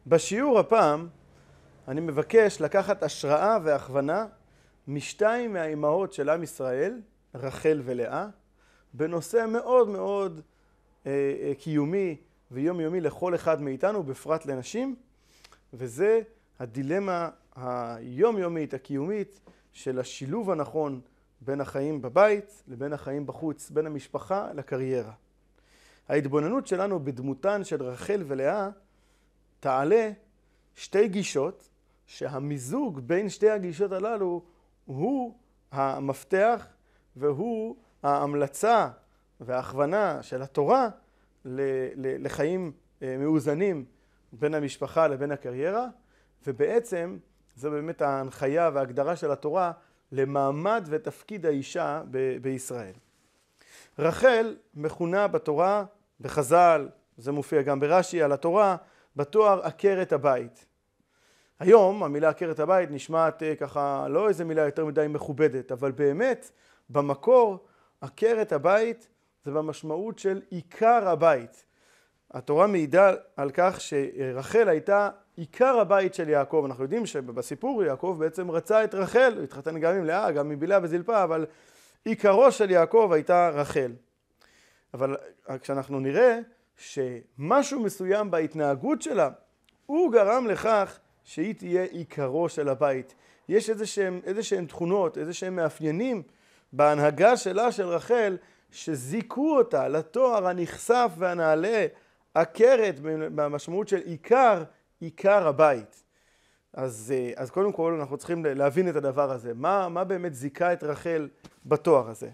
בשיעור הפעם אני מבקש לקחת השראה והכוונה משתיים מהאימהות של עם ישראל, רחל ולאה, בנושא מאוד מאוד קיומי ויומיומי לכל אחד מאיתנו, בפרט לנשים, וזה הדילמה היומיומית, הקיומית, של השילוב הנכון בין החיים בבית לבין החיים בחוץ, בין המשפחה לקריירה. ההתבוננות שלנו בדמותן של רחל ולאה תעלה שתי גישות, שהמיזוג בין שתי הגישות הללו הוא המפתח והוא ההמלצה וההכוונה של התורה לחיים מאוזנים בין המשפחה לבין הקריירה, ובעצם זו באמת ההנחיה וההגדרה של התורה למעמד ותפקיד האישה בישראל. רחל מכונה בתורה, בחז"ל, זה מופיע גם ברש"י על התורה, בתואר עקרת הבית. היום המילה עקרת הבית נשמעת ככה לא איזה מילה יותר מדי מכובדת, אבל באמת במקור עקרת הבית זה במשמעות של עיקר הבית. התורה מעידה על כך שרחל הייתה עיקר הבית של יעקב. אנחנו יודעים שבסיפור יעקב בעצם רצה את רחל, הוא התחתן גם עם לאה, גם עם בלהה וזלפה, אבל עיקרו של יעקב הייתה רחל. אבל כשאנחנו נראה שמשהו מסוים בהתנהגות שלה, הוא גרם לכך שהיא תהיה עיקרו של הבית. יש איזשהם תכונות, איזשהם מאפיינים בהנהגה שלה של רחל, שזיקו אותה לתואר הנכסף והנעלה, עקרת במשמעות של עיקר הבית. אז קודם כל אנחנו צריכים להבין את הדבר הזה. מה באמת זיקה את רחל בתואר הזה?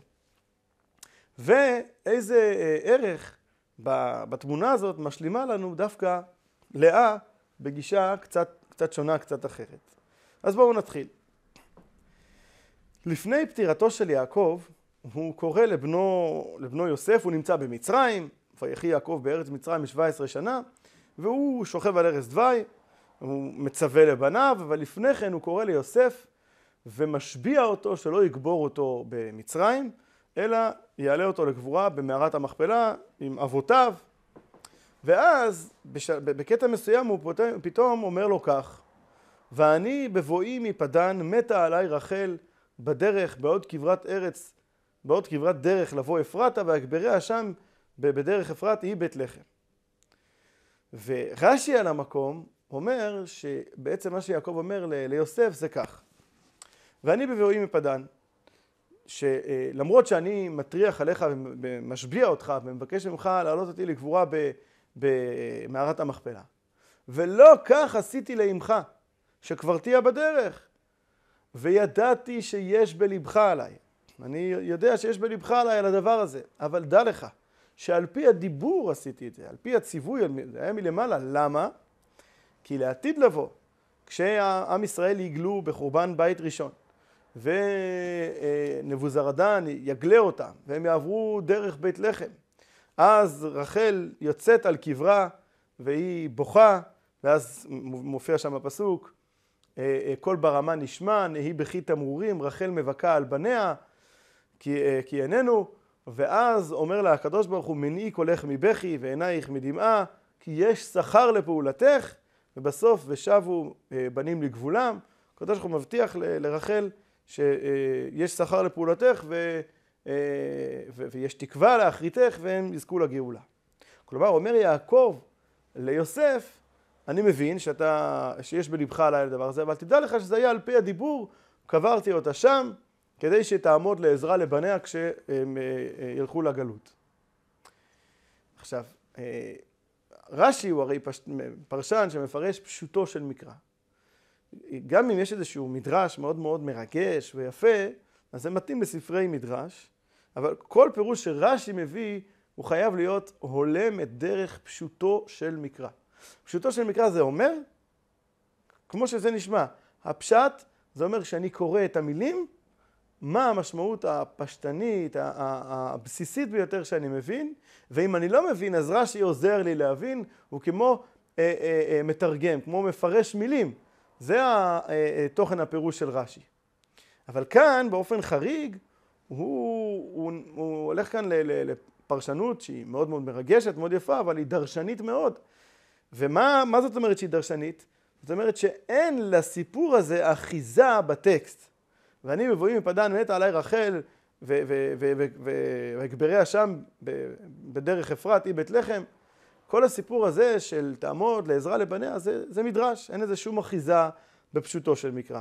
ואיזה ערך בתמונה הזאת משלימה לנו דווקא לאה בגישה קצת שונה, קצת אחרת. אז בואו נתחיל. לפני פטירתו של יעקב, הוא קורא לבנו יוסף, הוא נמצא במצרים, ויחי יעקב בארץ מצרים 17 שנה, והוא שוכב על ערש דווי, הוא מצווה לבניו, אבל לפני כן הוא קורא ליוסף ומשביע אותו שלא יגבור אותו במצרים, אלא יעלה אותו לקבורה במערת המכפלה עם אבותיו. ואז בקטע מסוים הוא פתאום אומר לו כך: ואני בבואי מפדן מתה עליי רחל בדרך בעוד כברת דרך לבוא אפרתה, ואגבריה שם בדרך אפרת היא בית לחם. ורש"י על המקום אומר שבעצם מה שיעקב אומר ליוסף זה כך: ואני בבואי מפדן, שלמרות שאני מטריח עליך ומשביע אותך ומבקש ממך לעלות אותי לקבורה במערת המכפלה, ולא כך עשיתי לאמך שכבר תהיה בדרך, וידעתי שיש בלבך עליי. אני יודע שיש בלבך עליי על הדבר הזה, אבל דע לך שעל פי הדיבור עשיתי את זה, על פי הציווי, זה היה מלמעלה. למה? כי לעתיד לבוא, כשהעם ישראל יגלו בחורבן בית ראשון, ונבוזראדן יגלה אותם, והם יעברו דרך בית לחם, אז רחל יוצאת על קברה והיא בוכה, ואז מופיע שם הפסוק: קול ברמה נשמע, נהי בכי תמרורים, רחל מבכה על בניה, כי איננו. ואז אומר לה הקדוש ברוך הוא: מנעי קולך מבכי ועינייך מדמעה, כי יש שכר לפעולתך. ובסוף ושבו בנים לגבולם. הקדוש ברוך הוא מבטיח לרחל שיש שכר לפעולתך ויש תקווה לאחריתך והם יזכו לגאולה. כלומר אומר יעקב ליוסף: אני מבין שיש בלבך עליי לדבר הזה, אבל תדע לך שזה היה על פי הדיבור, קברתי אותה שם כדי שתעמוד לעזרה לבניה כשהם ילכו לגלות. עכשיו, רש"י הוא הרי פרשן שמפרש פשוטו של מקרא. גם אם יש איזשהו מדרש מאוד מאוד מרגש ויפה, אז זה מתאים בספרי מדרש, אבל כל פירוש שרש"י מביא הוא חייב להיות הולם את דרך פשוטו של מקרא. פשוטו של מקרא זה אומר, כמו שזה נשמע, הפשט זה אומר שאני קורא את המילים, מה המשמעות הפשטנית, הבסיסית ביותר שאני מבין, ואם אני לא מבין אז רש"י עוזר לי להבין, הוא כמו מתרגם, כמו מפרש מילים. זה תוכן הפירוש של רש"י. אבל כאן באופן חריג הוא הולך כאן לפרשנות שהיא מאוד מאוד מרגשת, מאוד יפה, אבל היא דרשנית מאוד. ומה זאת אומרת שהיא דרשנית? זאת אומרת שאין לסיפור הזה אחיזה בטקסט. ואני מבואים מפדן מתה עלי רחל והגבריה שם בדרך אפרת, היא בית לחם. כל הסיפור הזה של תעמוד לעזרה לבניה, זה מדרש, אין לזה שום אחיזה בפשוטו של מקרא.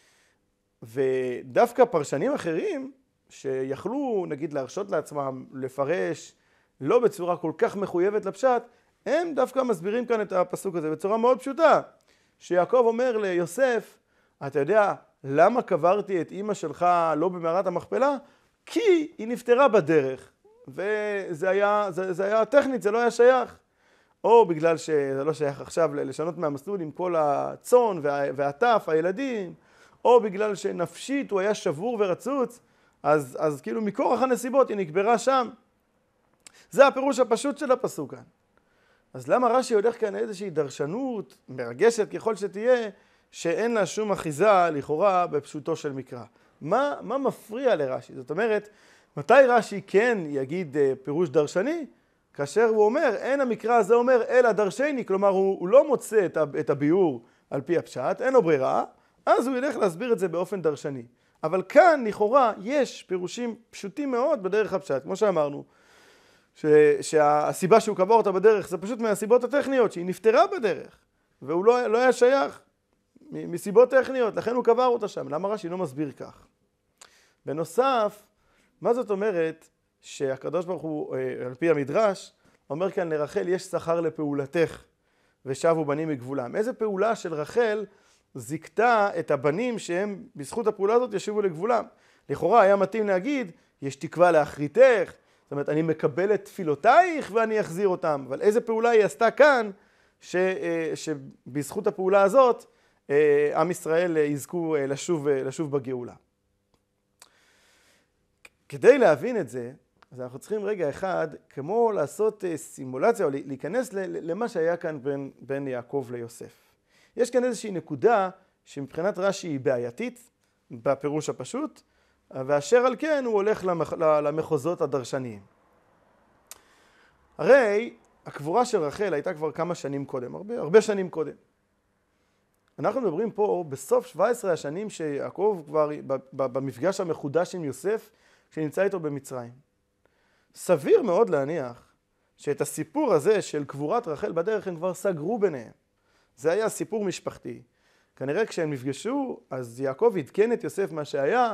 ודווקא פרשנים אחרים שיכלו נגיד להרשות לעצמם לפרש לא בצורה כל כך מחויבת לפשט, הם דווקא מסבירים כאן את הפסוק הזה בצורה מאוד פשוטה. שיעקב אומר ליוסף, אתה יודע למה קברתי את אמא שלך לא במערת המכפלה? כי היא נפטרה בדרך, וזה היה טכנית, זה לא היה שייך. או בגלל שזה לא שייך עכשיו לשנות מהמסלול עם כל הצאן והטף, הילדים, או בגלל שנפשית הוא היה שבור ורצוץ, אז כאילו מכורח הנסיבות היא נקברה שם. זה הפירוש הפשוט של הפסוק כאן. אז למה רש"י הולך כאן איזושהי דרשנות מרגשת ככל שתהיה, שאין לה שום אחיזה לכאורה בפשוטו של מקרא? מה מפריע לרש"י? זאת אומרת, מתי רש"י כן יגיד פירוש דרשני? כאשר הוא אומר, אין המקרא הזה אומר אלא דרשני, כלומר הוא לא מוצא את הביאור על פי הפשט, אין לו ברירה, אז הוא ילך להסביר את זה באופן דרשני. אבל כאן לכאורה יש פירושים פשוטים מאוד בדרך הפשט, כמו שאמרנו, שהסיבה שהוא קבר אותה בדרך זה פשוט מהסיבות הטכניות, שהיא נפטרה בדרך, והוא לא היה שייך מסיבות טכניות, לכן הוא קבר אותה שם. למה רש"י לא מסביר כך? בנוסף, מה זאת אומרת שהקדוש ברוך הוא, על פי המדרש, אומר כאן לרחל, יש שכר לפעולתך ושבו בנים מגבולם. איזה פעולה של רחל זיקתה את הבנים שהם בזכות הפעולה הזאת ישובו לגבולם? לכאורה היה מתאים להגיד, יש תקווה לאחריתך, זאת אומרת, אני מקבל את תפילותייך ואני אחזיר אותם. אבל איזה פעולה היא עשתה כאן, שבזכות הפעולה הזאת, עם ישראל יזכו לשוב בגאולה. כדי להבין את זה, אז אנחנו צריכים רגע אחד, כמו לעשות סימולציה, או להיכנס למה שהיה כאן בין יעקב ליוסף. יש כאן איזושהי נקודה שמבחינת רש"י היא בעייתית, בפירוש הפשוט, ואשר על כן הוא הולך למחוזות הדרשניים. הרי הקבורה של רחל הייתה כבר כמה שנים קודם, הרבה שנים קודם. אנחנו מדברים פה בסוף 17 השנים שיעקב כבר במפגש המחודש עם יוסף, שנמצא איתו במצרים. סביר מאוד להניח שאת הסיפור הזה של קבורת רחל בדרך הם כבר סגרו ביניהם. זה היה סיפור משפחתי. כנראה כשהם נפגשו, אז יעקב עדכן את יוסף מה שהיה,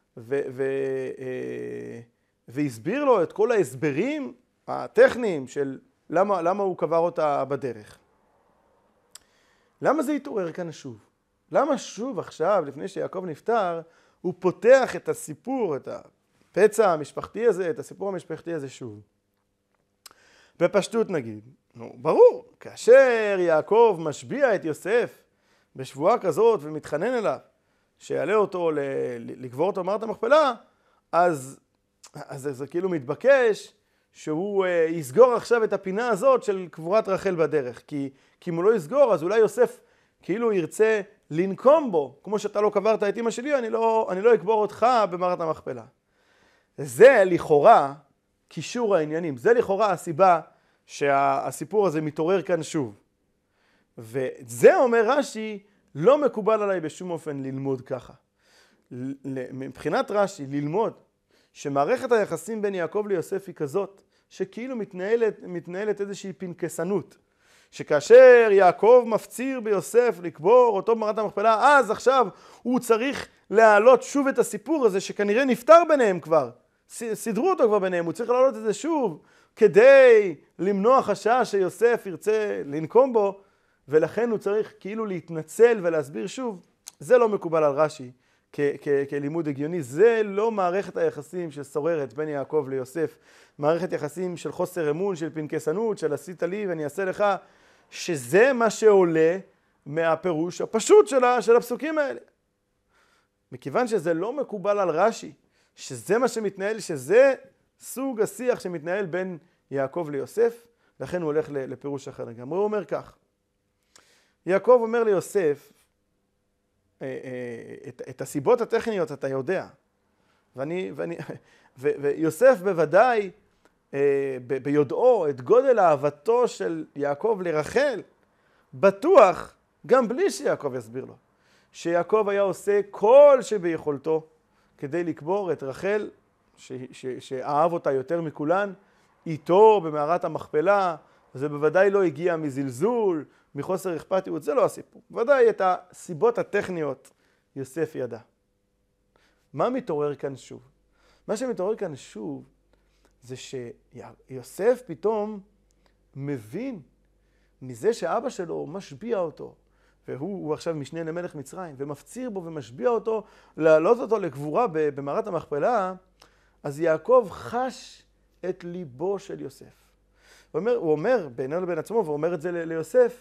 והסביר לו את כל ההסברים הטכניים של למה הוא קבר אותה בדרך. למה זה התעורר כאן שוב? למה שוב עכשיו, לפני שיעקב נפטר, הוא פותח את הסיפור, את הפצע המשפחתי הזה, את הסיפור המשפחתי הזה שוב? בפשטות נגיד, ברור, כאשר יעקב משביע את יוסף בשבועה כזאת ומתחנן אליו, שיעלה אותו לקבור אותו במערת המכפלה, אז זה כאילו מתבקש שהוא יסגור עכשיו את הפינה הזאת של קבורת רחל בדרך. כי אם הוא לא יסגור, אז אולי יוסף כאילו ירצה לנקום בו, כמו שאתה לא קברת את אמא שלי, אני לא אקבור אותך במערת המכפלה. זה לכאורה קישור העניינים, זה לכאורה הסיבה שהסיפור הזה מתעורר כאן שוב. וזה אומר רש"י, לא מקובל עליי בשום אופן ללמוד ככה. מבחינת רש"י, ללמוד שמערכת היחסים בין יעקב ליוסף היא כזאת, שכאילו מתנהלת איזושהי פנקסנות. שכאשר יעקב מפציר ביוסף לקבור אותו במערת המכפלה, אז עכשיו הוא צריך להעלות שוב את הסיפור הזה שכנראה נפטר ביניהם כבר. סידרו אותו כבר ביניהם, הוא צריך להעלות את זה שוב, כדי למנוע חשש שיוסף ירצה לנקום בו, ולכן הוא צריך כאילו להתנצל ולהסביר שוב. זה לא מקובל על רש"י כלימוד הגיוני, זה לא מערכת היחסים ששוררת בין יעקב ליוסף, מערכת יחסים של חוסר אמון, של פנקסנות, של עשית לי ואני אעשה לך, שזה מה שעולה מהפירוש הפשוט של הפסוקים האלה. מכיוון שזה לא מקובל על רש"י, שזה מה שמתנהל, שזה סוג השיח שמתנהל בין יעקב ליוסף, לכן הוא הולך לפירוש אחר גם. הוא אומר כך, יעקב אומר ליוסף, את הסיבות הטכניות אתה יודע, ויוסף בוודאי ביודעו את גודל אהבתו של יעקב לרחל, בטוח, גם בלי שיעקב יסביר לו, שיעקב היה עושה כל שביכולתו כדי לקבור את רחל, שאהב אותה יותר מכולן, איתו במערת המכפלה. זה בוודאי לא הגיע מזלזול, מחוסר אכפתיות, זה לא הסיפור. בוודאי את הסיבות הטכניות יוסף ידע. מה מתעורר כאן שוב? מה שמתעורר כאן שוב זה שיוסף פתאום מבין מזה שאבא שלו משביע אותו, והוא עכשיו משנה למלך מצרים, ומפציר בו ומשביע אותו, להעלות אותו לקבורה במערת המכפלה. אז יעקב חש את ליבו של יוסף. הוא אומר בינו לבין עצמו, והוא אומר את זה ליוסף,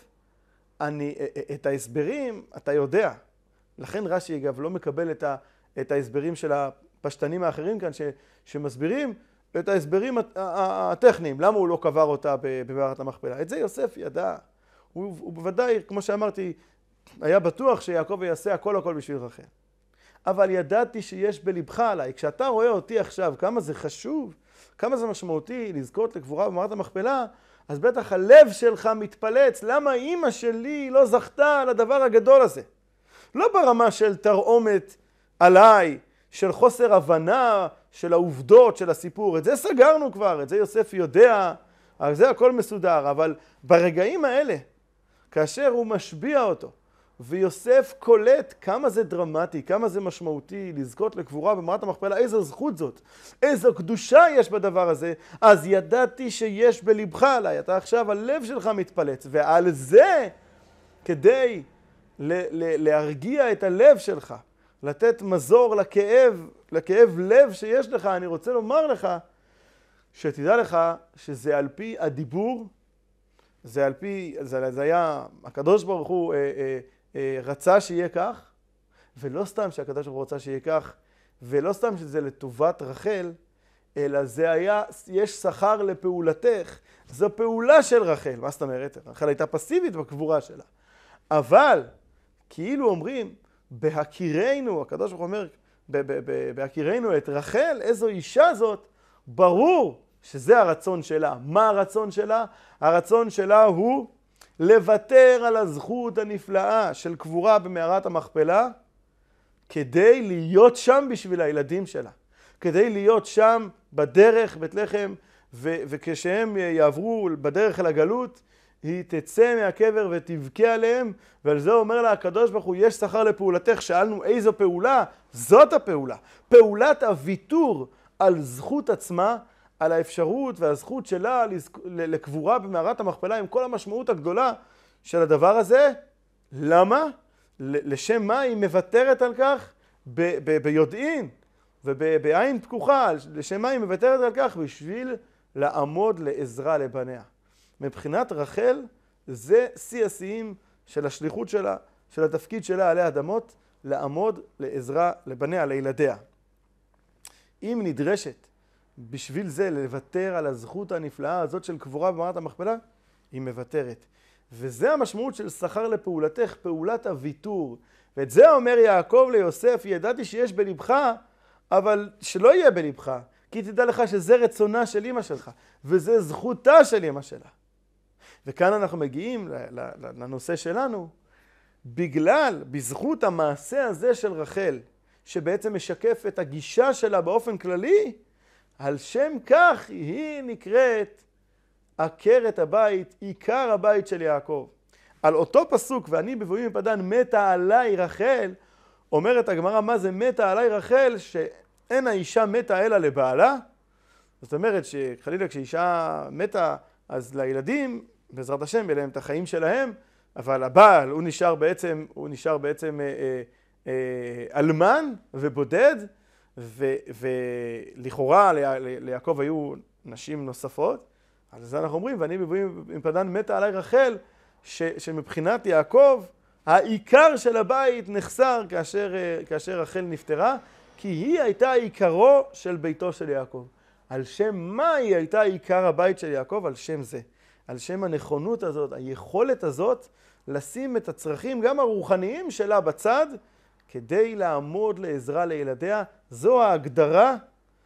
את ההסברים אתה יודע. לכן רש"י אגב לא מקבל את ההסברים של הפשטנים האחרים כאן, שמסבירים את ההסברים הטכניים, למה הוא לא קבר אותה במערת המכפלה. את זה יוסף ידע. הוא בוודאי, כמו שאמרתי, היה בטוח שיעקב יעשה הכל בשביל רחל. אבל ידעתי שיש בלבך עליי. כשאתה רואה אותי עכשיו, כמה זה חשוב, כמה זה משמעותי לזכות לקבורה במערת המכפלה, אז בטח הלב שלך מתפלץ. למה אמא שלי לא זכתה על הדבר הגדול הזה? לא ברמה של תרעומת עליי, של חוסר הבנה של העובדות של הסיפור. את זה סגרנו כבר, את זה יוסף יודע, זה הכל מסודר. אבל ברגעים האלה, כאשר הוא משביע אותו, ויוסף קולט כמה זה דרמטי, כמה זה משמעותי לזכות לקבורה במערת המכפלה, איזו זכות זאת, איזו קדושה יש בדבר הזה, אז ידעתי שיש בלבך עליי. אתה עכשיו, הלב שלך מתפלץ, ועל זה, כדי להרגיע את הלב שלך, לתת מזור לכאב לב שיש לך, אני רוצה לומר לך, שתדע לך שזה על פי הדיבור, זה היה, הקדוש ברוך הוא רצה שיהיה כך, ולא סתם שהקדוש ברוך הוא רצה שיהיה כך, ולא סתם שזה לטובת רחל, אלא זה היה, יש שכר לפעולתך. זו פעולה של רחל. מה זאת אומרת? רחל הייתה פסיבית בקבורה שלה. אבל, כאילו אומרים, בהכירנו, הקדוש ברוך הוא אומר, בהכירנו את רחל, איזו אישה זאת, ברור שזה הרצון שלה. מה הרצון שלה? הרצון שלה הוא לוותר על הזכות הנפלאה של קבורה במערת המכפלה, כדי להיות שם בשביל הילדים שלה. כדי להיות שם בדרך בית לחם, וכשהם יעברו בדרך אל הגלות, היא תצא מהקבר ותבכה עליהם, ועל זה אומר לה הקדוש ברוך הוא, יש שכר לפעולתך. שאלנו איזו פעולה? זאת הפעולה. פעולת הוויתור על זכות עצמה, על האפשרות והזכות שלה לקבורה במערת המכפלה, עם כל המשמעות הגדולה של הדבר הזה. למה? לשם מה היא מוותרת על כך ביודעין ובעין פקוחה? לשם מה היא מוותרת על כך? בשביל לעמוד לעזרה לבניה. מבחינת רחל זה שיא השיאים של השליחות שלה, של התפקיד שלה עלי אדמות, לעמוד לעזרה לבניה, לילדיה. אם נדרשת בשביל זה לוותר על הזכות הנפלאה הזאת של קבורה במערת המכפלה, היא מוותרת. וזה המשמעות של שכר לפעולתך, פעולת הוויתור. ואת זה אומר יעקב ליוסף, ידעתי שיש בלבך, אבל שלא יהיה בלבך, כי תדע לך שזה רצונה של אמא שלך, וזה זכותה של אמא שלה. וכאן אנחנו מגיעים לנושא שלנו, בזכות המעשה הזה של רחל, שבעצם משקף את הגישה שלה באופן כללי, על שם כך היא נקראת עקרת הבית, עיקר הבית של יעקב. על אותו פסוק, ואני בבואים מפדן מתה עליי רחל, אומרת הגמרא, מה זה מתה עליי רחל? שאין האישה מתה אלא לבעלה. זאת אומרת שחלילה כשאישה מתה, אז לילדים, בעזרת השם, יהיה להם את החיים שלהם, אבל הבעל הוא נשאר בעצם אלמן ובודד, ולכאורה ליעקב היו נשים נוספות. על זה אנחנו אומרים, ואני בבואים מפדן מתה עליי רחל, שמבחינת יעקב, העיקר של הבית נחסר כאשר רחל נפטרה, כי היא הייתה עיקרו של ביתו של יעקב. על שם מה היא הייתה עיקר הבית של יעקב? על שם זה. על שם הנכונות הזאת, היכולת הזאת, לשים את הצרכים גם הרוחניים שלה בצד, כדי לעמוד לעזרה לילדיה. זו ההגדרה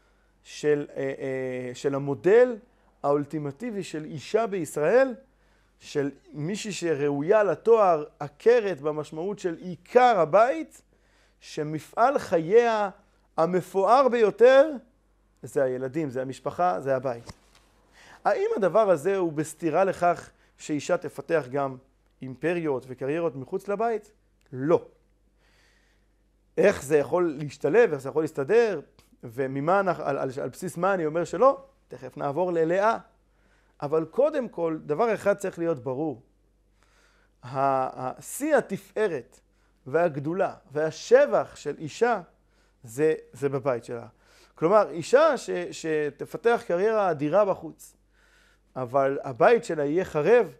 של המודל האולטימטיבי של אישה בישראל, של מישהי שראויה לתואר עקרת במשמעות של עיקר הבית, שמפעל חייה המפואר ביותר זה הילדים, זה המשפחה, זה הבית. האם הדבר הזה הוא בסתירה לכך שאישה תפתח גם אימפריות וקריירות מחוץ לבית? לא. איך זה יכול להשתלב, איך זה יכול להסתדר, וממה, על בסיס מה אני אומר שלא? תכף נעבור ללאה. אבל קודם כל, דבר אחד צריך להיות ברור. השיא התפארת והגדולה והשבח של אישה זה בבית שלה. כלומר, אישה שתפתח קריירה אדירה בחוץ, אבל הבית שלה יהיה חרב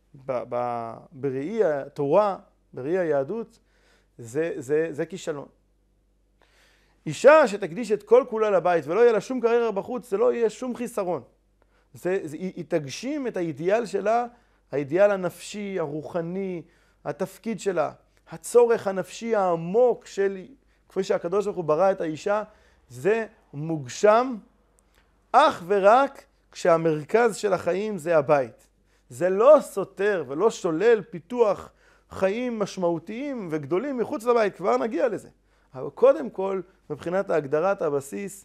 בראי התורה, בראי היהדות, זה כישלון. אישה שתקדיש את כל כולה לבית ולא יהיה לה שום קריירה בחוץ, זה לא יהיה שום חיסרון. היא תגשים את האידיאל שלה, האידיאל הנפשי, הרוחני, התפקיד שלה, הצורך הנפשי העמוק של, כפי שהקדוש ברוך הוא ברא את האישה, זה מוגשם אך ורק כשהמרכז של החיים זה הבית. זה לא סותר ולא שולל פיתוח חיים משמעותיים וגדולים מחוץ לבית, כבר נגיע לזה. אבל קודם כל, מבחינת הגדרת הבסיס,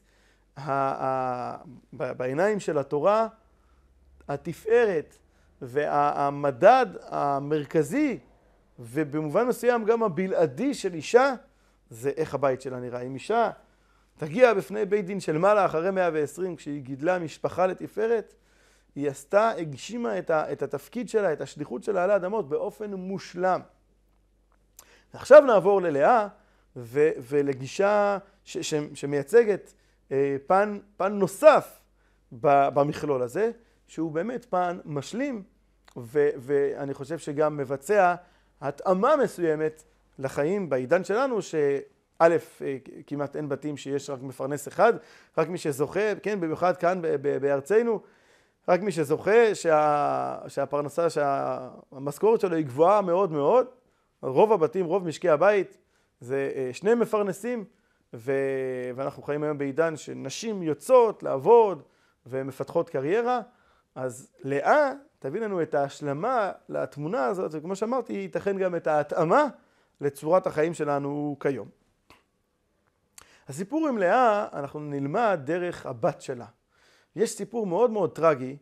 בעיניים של התורה, התפארת והמדד המרכזי, ובמובן מסוים גם הבלעדי של אישה, זה איך הבית שלה נראה. אם אישה תגיע בפני בית דין של מעלה אחרי 120, כשהיא גידלה משפחה לתפארת, היא הגשימה את התפקיד שלה, את השליחות שלה על האדמות באופן מושלם. עכשיו נעבור ללאה ולגישה שמייצגת פן נוסף במכלול הזה, שהוא באמת פן משלים, ואני חושב שגם מבצע התאמה מסוימת לחיים בעידן שלנו, שא', כמעט אין בתים שיש רק מפרנס אחד, רק מי שזוכה, כן, במיוחד כאן בארצנו, רק מי שזוכה שהפרנסה, שהמשכורת שלו היא גבוהה מאוד מאוד. רוב הבתים, רוב משקי הבית, זה שני מפרנסים, ואנחנו חיים היום בעידן שנשים יוצאות לעבוד ומפתחות קריירה. אז לאה תביא לנו את ההשלמה לתמונה הזאת, וכמו שאמרתי, ייתכן גם את ההתאמה לצורת החיים שלנו כיום. הסיפור עם לאה, אנחנו נלמד דרך הבת שלה. יש סיפור מאוד מאוד טרגי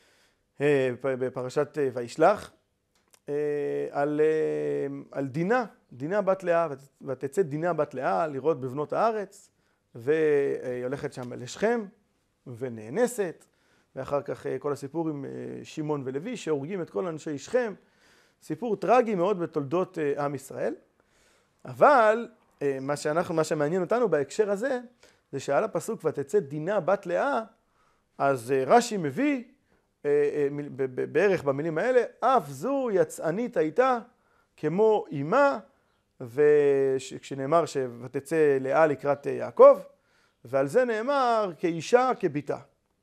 בפרשת וישלח, על דינה בת לאה, ותצא דינה בת לאה לראות בבנות הארץ, והיא הולכת שם לשכם ונאנסת, ואחר כך כל הסיפור עם שמעון ולוי שהורגים את כל אנשי שכם, סיפור טרגי מאוד בתולדות עם ישראל. אבל מה שמעניין אותנו בהקשר הזה, זה שעל הפסוק ותצא דינה בת לאה, אז רש"י מביא בערך במילים האלה, אף זו יצאנית הייתה כמו אימה, וכשנאמר ותצא לאה לקראת יעקב, ועל זה נאמר כאישה כביתה.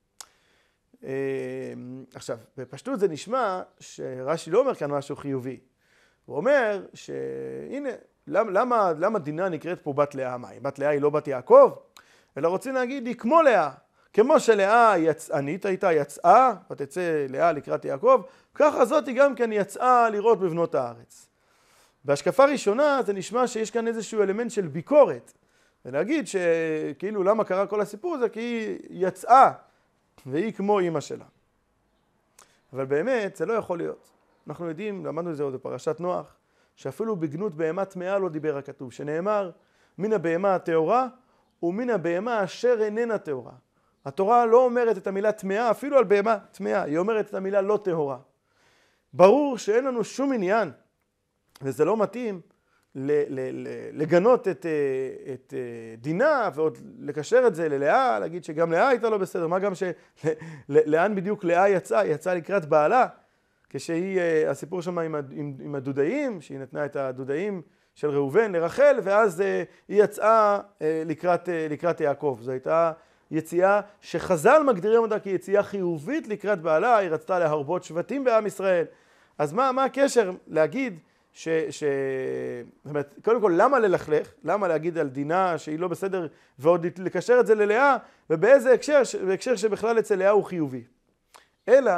עכשיו, בפשטות זה נשמע שרש"י לא אומר כאן משהו חיובי. הוא אומר שהנה, למה דינה נקראת פה בת לאה? מה, בת לאה היא לא בת יעקב? אלא רוצים להגיד, היא כמו לאה. כמו שלאה יצאנית הייתה, יצאה, ותצא לאה לקראת יעקב, ככה זאת היא גם כן יצאה לראות בבנות הארץ. בהשקפה ראשונה זה נשמע שיש כאן איזשהו אלמנט של ביקורת. ולהגיד שכאילו למה קרה כל הסיפור הזה? כי היא יצאה, והיא כמו אמא שלה. אבל באמת זה לא יכול להיות. אנחנו יודעים, למדנו את זה עוד בפרשת נוח, שאפילו בגנות בהמה טמאה לא דיבר הכתוב, שנאמר מן הבהמה הטהורה ומן הבהמה אשר איננה טהורה. התורה לא אומרת את המילה טמאה, אפילו על בהמה טמאה, היא אומרת את המילה לא טהורה. ברור שאין לנו שום עניין, וזה לא מתאים לגנות את דינה ועוד לקשר את זה ללאה, להגיד שגם לאה הייתה לא בסדר, מה גם שלאן בדיוק לאה יצאה לקראת בעלה, כשהיא, הסיפור שם עם הדודאים, שהיא נתנה את הדודאים של ראובן לרחל, ואז היא יצאה לקראת יעקב. זו הייתה יציאה שחז"ל מגדירים אותה כיציאה חיובית לקראת בעלה, היא רצתה להרבות שבטים בעם ישראל. אז מה הקשר להגיד זאת אומרת, קודם כל, למה ללכלך? למה להגיד על דינה שהיא לא בסדר, ועוד לקשר את זה ללאה, ובאיזה הקשר? בהקשר שבכלל אצל לאה הוא חיובי. אלא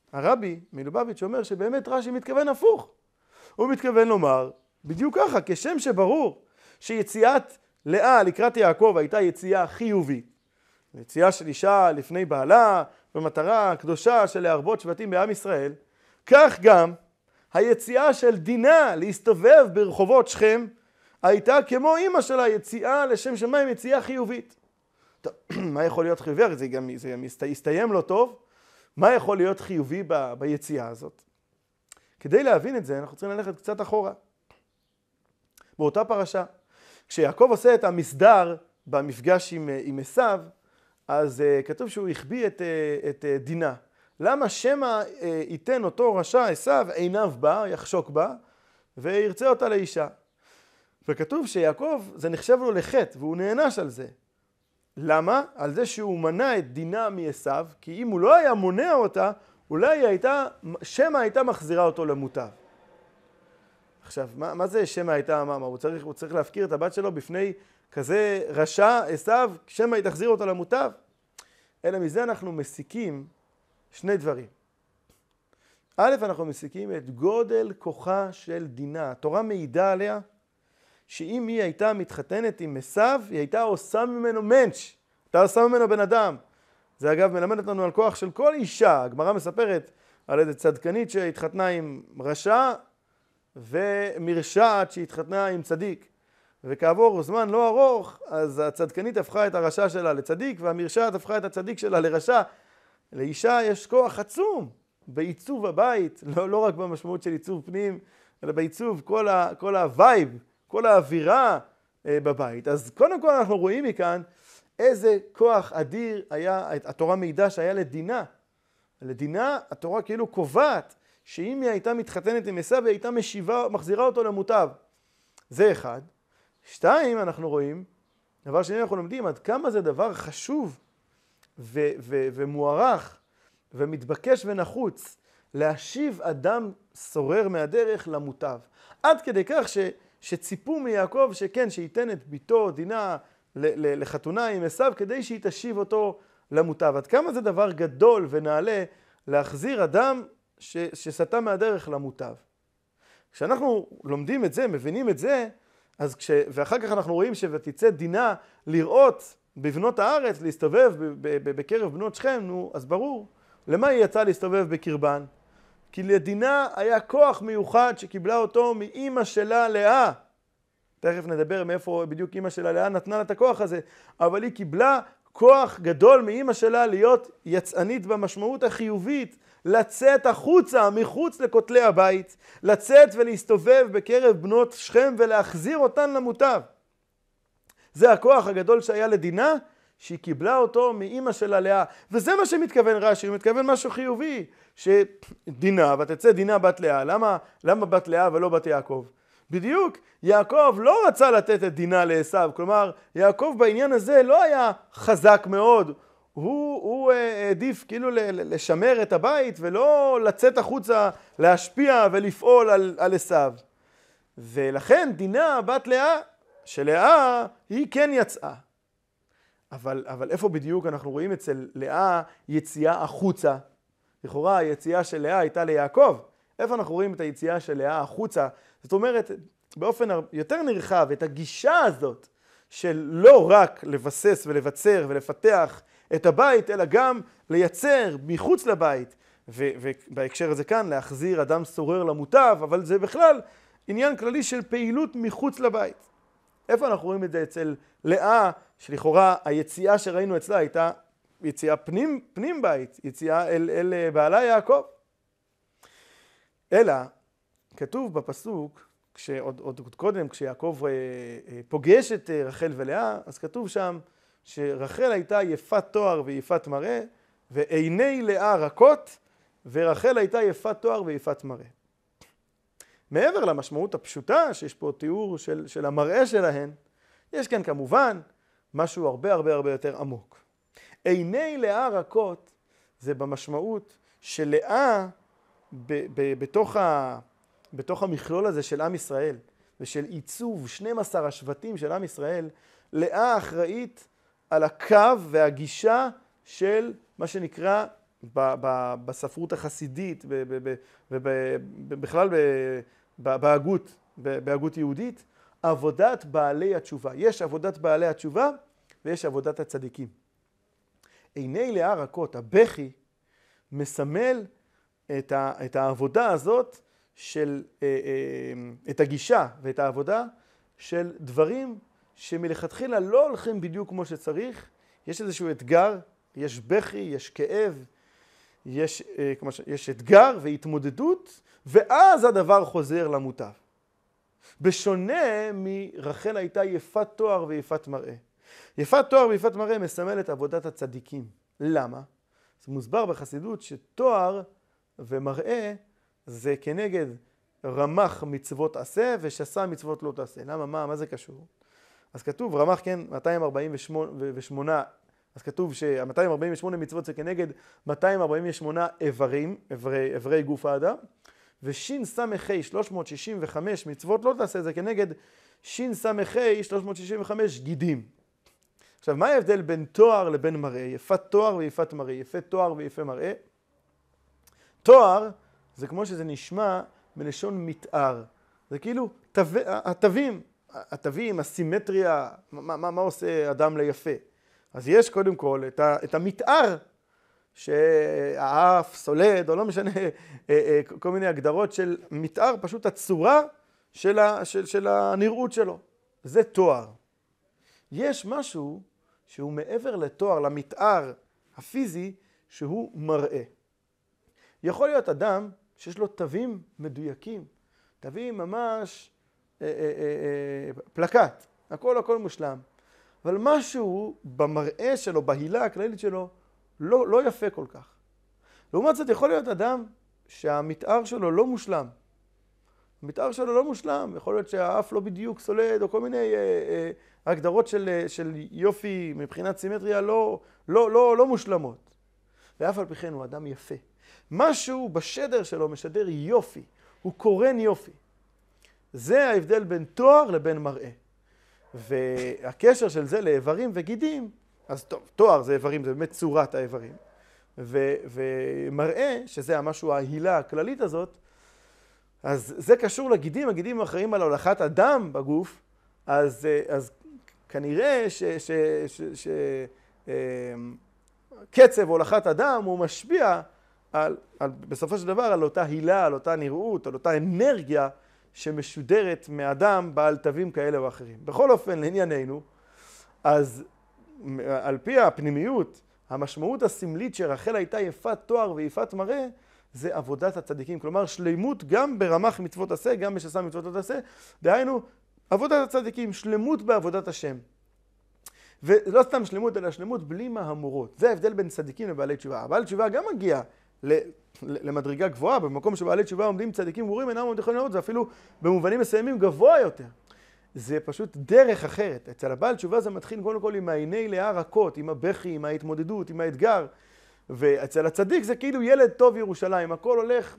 הרבי מלובביץ' אומר שבאמת רש"י מתכוון הפוך. הוא מתכוון לומר, בדיוק ככה, כשם שברור שיציאת לאה לקראת יעקב הייתה יציאה חיובית, יציאה של אישה לפני בעלה, במטרה הקדושה של להרבות שבטים בעם ישראל, כך גם היציאה של דינה להסתובב ברחובות שכם, הייתה כמו אמא שלה, יציאה לשם שמיים, יציאה חיובית. טוב, מה יכול להיות חיובי? זה גם יסתיים לא טוב. מה יכול להיות חיובי ביציאה הזאת? כדי להבין את זה, אנחנו צריכים ללכת קצת אחורה. באותה פרשה, כשיעקב עושה את המסדר במפגש עם עשיו, אז כתוב שהוא החביא את דינה. למה שמא ייתן אותו רשע עשיו עיניו בה, יחשוק בה, וירצה אותה לאישה. וכתוב שיעקב זה נחשב לו לחטא, והוא נענש על זה. למה? על זה שהוא מנע את דינה מעשיו, כי אם הוא לא היה מונע אותה, אולי שמא הייתה מחזירה אותו למוטב. עכשיו, מה זה שמא הייתה, הוא צריך להפקיר את הבת שלו בפני כזה רשע עשיו, שמא היא תחזיר אותו למוטב? אלא מזה אנחנו מסיקים שני דברים. א', אנחנו מסיקים את גודל כוחה של דינה. התורה מעידה עליה שאם היא הייתה מתחתנת עם עשיו, היא הייתה עושה ממנו מנש, הייתה עושה ממנו בן אדם. זה אגב מלמד אותנו על כוח של כל אישה. הגמרא מספרת על איזה צדקנית שהתחתנה עם רשע, ומרשעת שהתחתנה עם צדיק. וכעבור זמן לא ארוך, אז הצדקנית הפכה את הרשע שלה לצדיק, והמרשעת הפכה את הצדיק שלה לרשע. לאישה יש כוח עצום בעיצוב הבית, לא רק במשמעות של עיצוב פנים, אלא בעיצוב כל הווייב, כל האווירה בבית. אז קודם כל אנחנו רואים מכאן איזה כוח אדיר היה, התורה מעידה שהיה לדינה. לדינה התורה כאילו קובעת שאם היא הייתה מתחתנת עם עשיו, היא הייתה מחזירה אותו למוטב. זה אחד. שתיים, אנחנו רואים, דבר שני אנחנו לומדים עד כמה זה דבר חשוב ומוערך ומתבקש ונחוץ להשיב אדם סורר מהדרך למוטב. עד כדי כך שציפו מיעקב שכן, שייתן את ביתו דינה לחתונה עם עשיו כדי שהיא תשיב אותו למוטב. עד כמה זה דבר גדול ונעלה להחזיר אדם שסטה מהדרך למוטב. כשאנחנו לומדים את זה, מבינים את זה, ואחר כך אנחנו רואים שתצא דינה לראות בבנות הארץ, להסתובב בקרב בנות שכם, אז ברור, למה היא יצאה להסתובב בקרבן? כי לדינה היה כוח מיוחד שקיבלה אותו מאמא שלה לאה. תכף נדבר מאיפה בדיוק אמא שלה לאה נתנה לה את הכוח הזה, אבל היא קיבלה כוח גדול מאמא שלה להיות יצאנית במשמעות החיובית, לצאת החוצה, מחוץ לכותלי הבית, לצאת ולהסתובב בקרב בנות שכם ולהחזיר אותן למוטב. זה הכוח הגדול שהיה לדינה, שהיא קיבלה אותו מאמא שלה לאה. וזה מה שמתכוון רש"י, הוא מתכוון משהו חיובי, שדינה, ותצא דינה בת לאה. למה בת לאה ולא בת יעקב? בדיוק, יעקב לא רצה לתת את דינה לעשיו, כלומר, יעקב בעניין הזה לא היה חזק מאוד, הוא העדיף כאילו לשמר את הבית ולא לצאת החוצה, להשפיע ולפעול על עשיו. ולכן דינה בת לאה, שלאה היא כן יצאה. אבל איפה בדיוק אנחנו רואים אצל לאה יציאה החוצה? לכאורה היציאה של לאה הייתה ליעקב. איפה אנחנו רואים את היציאה של לאה החוצה? זאת אומרת, באופן יותר נרחב, את הגישה הזאת של לא רק לבסס ולבצר ולפתח את הבית, אלא גם לייצר מחוץ לבית, ובהקשר הזה כאן להחזיר אדם סורר למוטב, אבל זה בכלל עניין כללי של פעילות מחוץ לבית. איפה אנחנו רואים את זה אצל לאה, שלכאורה היציאה שראינו אצלה הייתה יציאה פנים בית, יציאה אל בעלה יעקב. אלא, כתוב בפסוק, עוד קודם, כשיעקב פוגש את רחל ולאה, אז כתוב שם שרחל הייתה יפת תואר ויפת מראה, ועיני לאה רכות, ורחל הייתה יפת תואר ויפת מראה. מעבר למשמעות הפשוטה, שיש פה תיאור של המראה שלהן, יש כאן כמובן משהו הרבה יותר עמוק. עיני לאה רכות זה במשמעות של לאה בתוך המכלול הזה של עם ישראל, ושל עיצוב 12 השבטים של עם ישראל, לאה אחראית על הקו והגישה של מה שנקרא בספרות החסידית ובכלל בהגות יהודית, עבודת בעלי התשובה. יש עבודת בעלי התשובה ויש עבודת הצדיקים. עיני לאה רכות, הבכי, מסמל את העבודה הזאת של, את הגישה ואת העבודה של דברים שמלכתחילה לא הולכים בדיוק כמו שצריך. יש איזשהו אתגר, יש בכי, יש כאב, יש אתגר והתמודדות, ואז הדבר חוזר למוטב. בשונה מרחל הייתה יפת תואר ויפת מראה. יפת תואר ויפת מראה מסמל את עבודת הצדיקים. למה? זה מוסבר בחסידות שתואר ומראה זה כנגד רמ"ח מצוות עשה ושס"ה מצוות לא תעשה. למה? מה זה קשור? אז כתוב רמ"ח, כן, 248, אז כתוב ש-248 מצוות זה כנגד 248 איברים, איברי גוף האדם, ושין סמכי 365 מצוות לא תעשה זה כנגד שין סמכי 365 גידים. עכשיו, מה ההבדל בין תואר לבין מראה? יפת תואר ויפת מראה, יפה תואר ויפה מראה. תואר זה כמו שזה נשמע מלשון מתאר. זה כאילו התווים, הסימטריה, מה עושה אדם ליפה. אז יש קודם כל את המתאר, שהאף סולד, או לא משנה, כל מיני הגדרות של מתאר, פשוט הצורה של הנראות שלו. זה תואר. יש משהו שהוא מעבר לתואר, למתאר הפיזי, שהוא מראה. יכול להיות אדם שיש לו תווים מדויקים, תווים ממש פלקט, הכל מושלם. אבל משהו במראה שלו, בהילה הכללית שלו, לא יפה כל כך. לעומת זאת, יכול להיות אדם שהמתאר שלו לא מושלם. המתאר שלו לא מושלם, יכול להיות שהאף לא בדיוק סולד, או כל מיני הגדרות של יופי מבחינת סימטריה לא מושלמות. ואף על פי כן הוא אדם יפה. משהו בשדר שלו משדר יופי, הוא קורן יופי. זה ההבדל בין תואר לבין מראה. והקשר של זה לאיברים וגידים, אז טוב, תואר זה איברים, זה באמת צורת האיברים. ומראה, שזה המשהו, ההילה הכללית הזאת, אז זה קשור לגידים, הגידים אחראים על הולכת הדם בגוף, אז כנראה שקצב הולכת הדם הוא משפיע בסופו של דבר על אותה הילה, על אותה נראות, על אותה אנרגיה שמשודרת מאדם בעל תווים כאלה או אחרים. בכל אופן, לענייננו, אז על פי הפנימיות, המשמעות הסמלית שרחל הייתה יפת תואר ויפת מראה, זה עבודת הצדיקים. כלומר, שלמות גם ברמ"ח מצוות עשה, גם בשס"ה מצוות לא תעשה. דהיינו, עבודת הצדיקים, שלמות בעבודת השם. ולא סתם שלמות, אלא שלמות בלי מהמורות. זה ההבדל בין צדיקים לבעלי תשובה. בעל תשובה גם מגיע למדרגה גבוהה, במקום שבעלי תשובה עומדים צדיקים גמורים, אינם יכולים לעמוד, זה אפילו במובנים מסוימים גבוה יותר. זה פשוט דרך אחרת. אצל הבעל תשובה זה מתחיל קודם כל עם העיני לאה רכות, עם הבכי, עם ההתמודדות, עם האתגר. ואצל הצדיק זה כאילו ילד טוב ירושלים, הכל הולך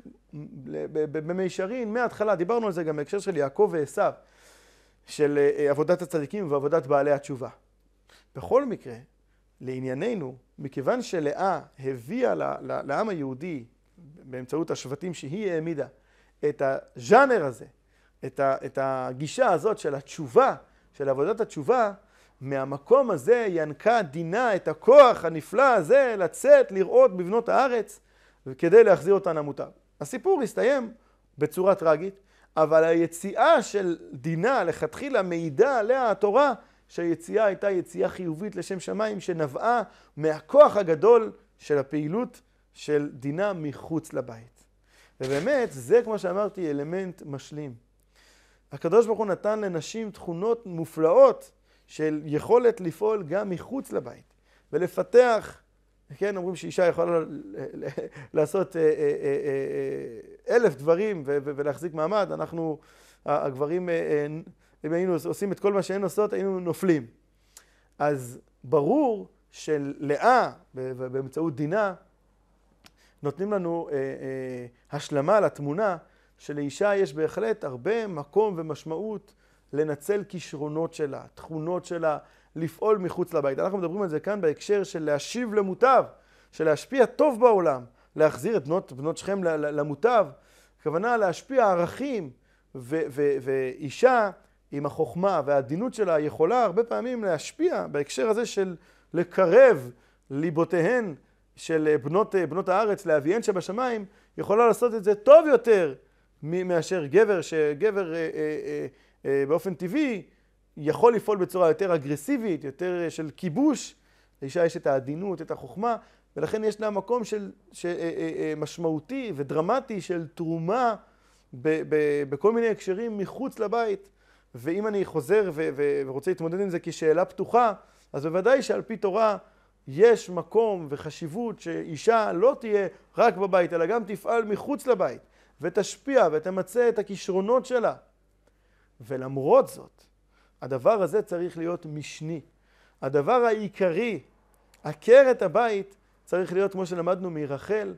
במישרין מההתחלה. דיברנו על זה גם בהקשר של יעקב ועשיו, של עבודת הצדיקים ועבודת בעלי התשובה. בכל מקרה, לענייננו, מכיוון שלאה הביאה לעם היהודי, באמצעות השבטים שהיא העמידה, את הז'אנר הזה, את הגישה הזאת של התשובה, של עבודת התשובה, מהמקום הזה ינקה דינה את הכוח הנפלא הזה לצאת, לראות בבנות הארץ, כדי להחזיר אותן למוטב. הסיפור הסתיים בצורה טרגית, אבל היציאה של דינה לכתחילה מעידה עליה התורה, שהיציאה הייתה יציאה חיובית לשם שמיים, שנבעה מהכוח הגדול של הפעילות של דינה מחוץ לבית. ובאמת, זה כמו שאמרתי, אלמנט משלים. הקדוש ברוך הוא נתן לנשים תכונות מופלאות של יכולת לפעול גם מחוץ לבית, ולפתח, כן, אומרים שאישה יכולה לעשות 1000 דברים ולהחזיק מעמד. אנחנו, הגברים, אם היינו עושים את כל מה שהן עושות, היינו נופלים. אז ברור של לאה, באמצעות דינה, נותנים לנו השלמה לתמונה, שלאישה יש בהחלט הרבה מקום ומשמעות לנצל כישרונות שלה, תכונות שלה, לפעול מחוץ לבית. אנחנו מדברים על זה כאן בהקשר של להשיב למוטב. של להשפיע טוב בעולם, להחזיר את בנות שכם למוטב, הכוונה להשפיע ערכים, ואישה עם החוכמה והעדינות שלה יכולה הרבה פעמים להשפיע בהקשר הזה של לקרב ליבותיהן של בנות הארץ לאביהן שבשמיים, יכולה לעשות את זה טוב יותר מאשר גבר, שגבר באופן טבעי יכול לפעול בצורה יותר אגרסיבית, יותר של כיבוש. לאישה יש את העדינות, את החוכמה, ולכן יש לה מקום משמעותי ודרמטי של תרומה בכל מיני הקשרים מחוץ לבית. ואם אני חוזר ורוצה להתמודד עם זה כשאלה פתוחה, אז בוודאי שעל פי תורה יש מקום וחשיבות שאישה לא תהיה רק בבית, אלא גם תפעל מחוץ לבית, ותשפיע ותמצא את הכישרונות שלה. ולמרות זאת, הדבר הזה צריך להיות משני. הדבר העיקרי, עקרת הבית, צריך להיות כמו שלמדנו מרחל,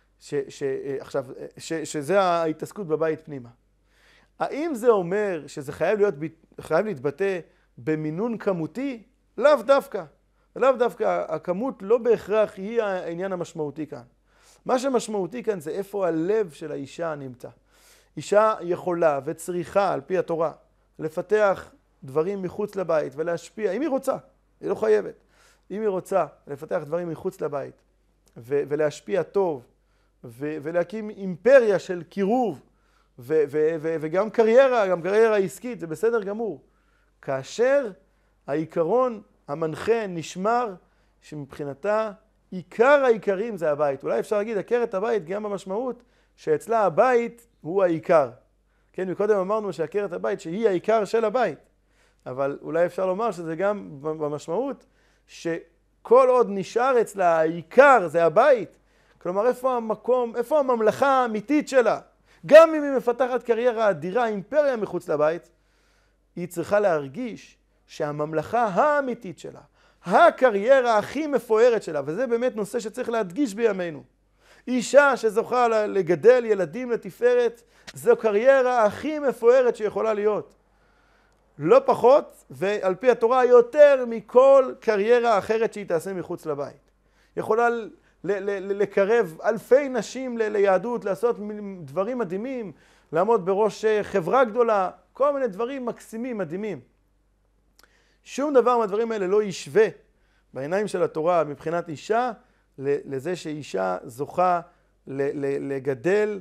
שזה ההתעסקות בבית פנימה. האם זה אומר שזה חייב להתבטא במינון כמותי? לאו דווקא. לאו דווקא, הכמות לא בהכרח היא העניין המשמעותי כאן. מה שמשמעותי כאן זה איפה הלב של האישה נמצא. אישה יכולה וצריכה, על פי התורה, לפתח דברים מחוץ לבית ולהשפיע, אם היא רוצה, היא לא חייבת. אם היא רוצה לפתח דברים מחוץ לבית ולהשפיע טוב ולהקים אימפריה של קירוב וגם קריירה, גם קריירה עסקית, זה בסדר גמור. כאשר העיקרון המנחה נשמר, שמבחינתה עיקר העיקרים זה הבית. אולי אפשר להגיד, עקרת הבית גם במשמעות שאצלה הבית הוא העיקר. כן, מקודם אמרנו שעקרת הבית שהיא העיקר של הבית. אבל אולי אפשר לומר שזה גם במשמעות שכל עוד נשאר אצלה העיקר זה הבית. כלומר, איפה המקום, איפה הממלכה האמיתית שלה? גם אם היא מפתחת קריירה אדירה, אימפריה מחוץ לבית, היא צריכה להרגיש שהממלכה האמיתית שלה, הקריירה הכי מפוארת שלה, וזה באמת נושא שצריך להדגיש בימינו. אישה שזוכה לגדל ילדים לתפארת, זו קריירה הכי מפוארת שיכולה להיות. לא פחות, ועל פי התורה יותר מכל קריירה אחרת שהיא תעשה מחוץ לבית. יכולה לקרב אלפי נשים ליהדות, לעשות דברים מדהימים, לעמוד בראש חברה גדולה, כל מיני דברים מקסימים, מדהימים. שום דבר מהדברים האלה לא ישווה בעיניים של התורה מבחינת אישה לזה שאישה זוכה לגדל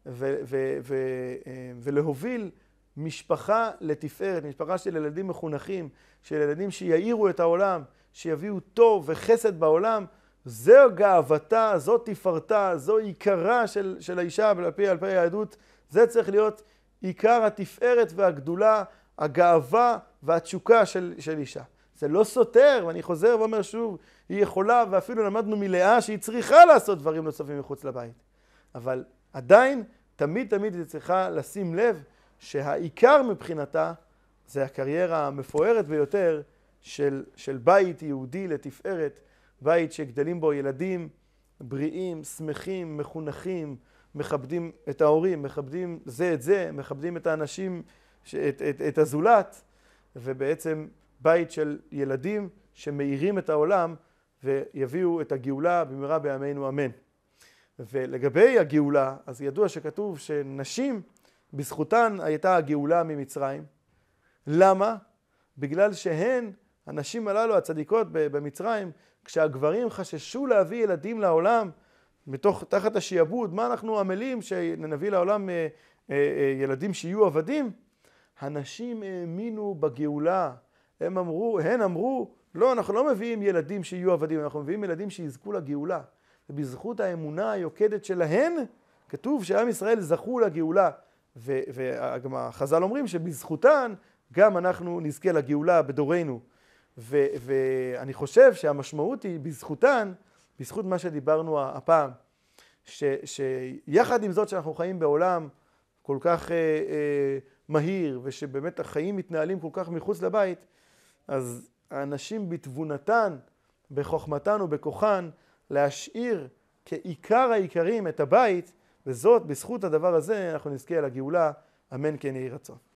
ולהוביל משפחה לתפארת, משפחה של ילדים מחונכים, של ילדים שיעירו את העולם, שיביאו טוב וחסד בעולם. זו גאוותה, זו תפארתה, זו עיקרה של האישה, ועל פי היהדות, זה צריך להיות עיקר התפארת והגדולה, הגאווה והתשוקה של אישה. זה לא סותר, ואני חוזר ואומר שוב, היא יכולה, ואפילו למדנו מלאה שהיא צריכה לעשות דברים נוספים מחוץ לבית. אבל עדיין, תמיד היא צריכה לשים לב שהעיקר מבחינתה זה הקריירה המפוארת ביותר של בית יהודי לתפארת, בית שגדלים בו ילדים בריאים, שמחים, מחונכים, מכבדים את ההורים, מכבדים זה את זה, מכבדים את האנשים, את הזולת, ובעצם בית של ילדים שמאירים את העולם ויביאו את הגאולה במהרה בימינו אמן. ולגבי הגאולה, אז ידוע שכתוב שנשים, בזכותן הייתה הגאולה ממצרים. למה? בגלל שהן, הנשים הללו, הצדיקות במצרים, כשהגברים חששו להביא ילדים לעולם, תחת השיעבוד, מה אנחנו עמלים שנביא לעולם ילדים שיהיו עבדים? הנשים האמינו בגאולה. הן אמרו, לא, אנחנו לא מביאים ילדים שיהיו עבדים, אנחנו מביאים ילדים שיזכו לגאולה. ובזכות האמונה היוקדת שלהן, כתוב שעם ישראל זכו לגאולה. וגם החז"ל אומרים שבזכותן גם אנחנו נזכה לגאולה בדורנו. ואני חושב שהמשמעות היא בזכותן, בזכות מה שדיברנו הפעם, שיחד עם זאת שאנחנו חיים בעולם כל כך מהיר, ושבאמת החיים מתנהלים כל כך מחוץ לבית, אז האנשים בתבונתן, בחוכמתן ובכוחן, להשאיר כעיקר העיקרים את הבית, וזאת בזכות הדבר הזה אנחנו נזכה לגאולה, אמן כן יהי רצון.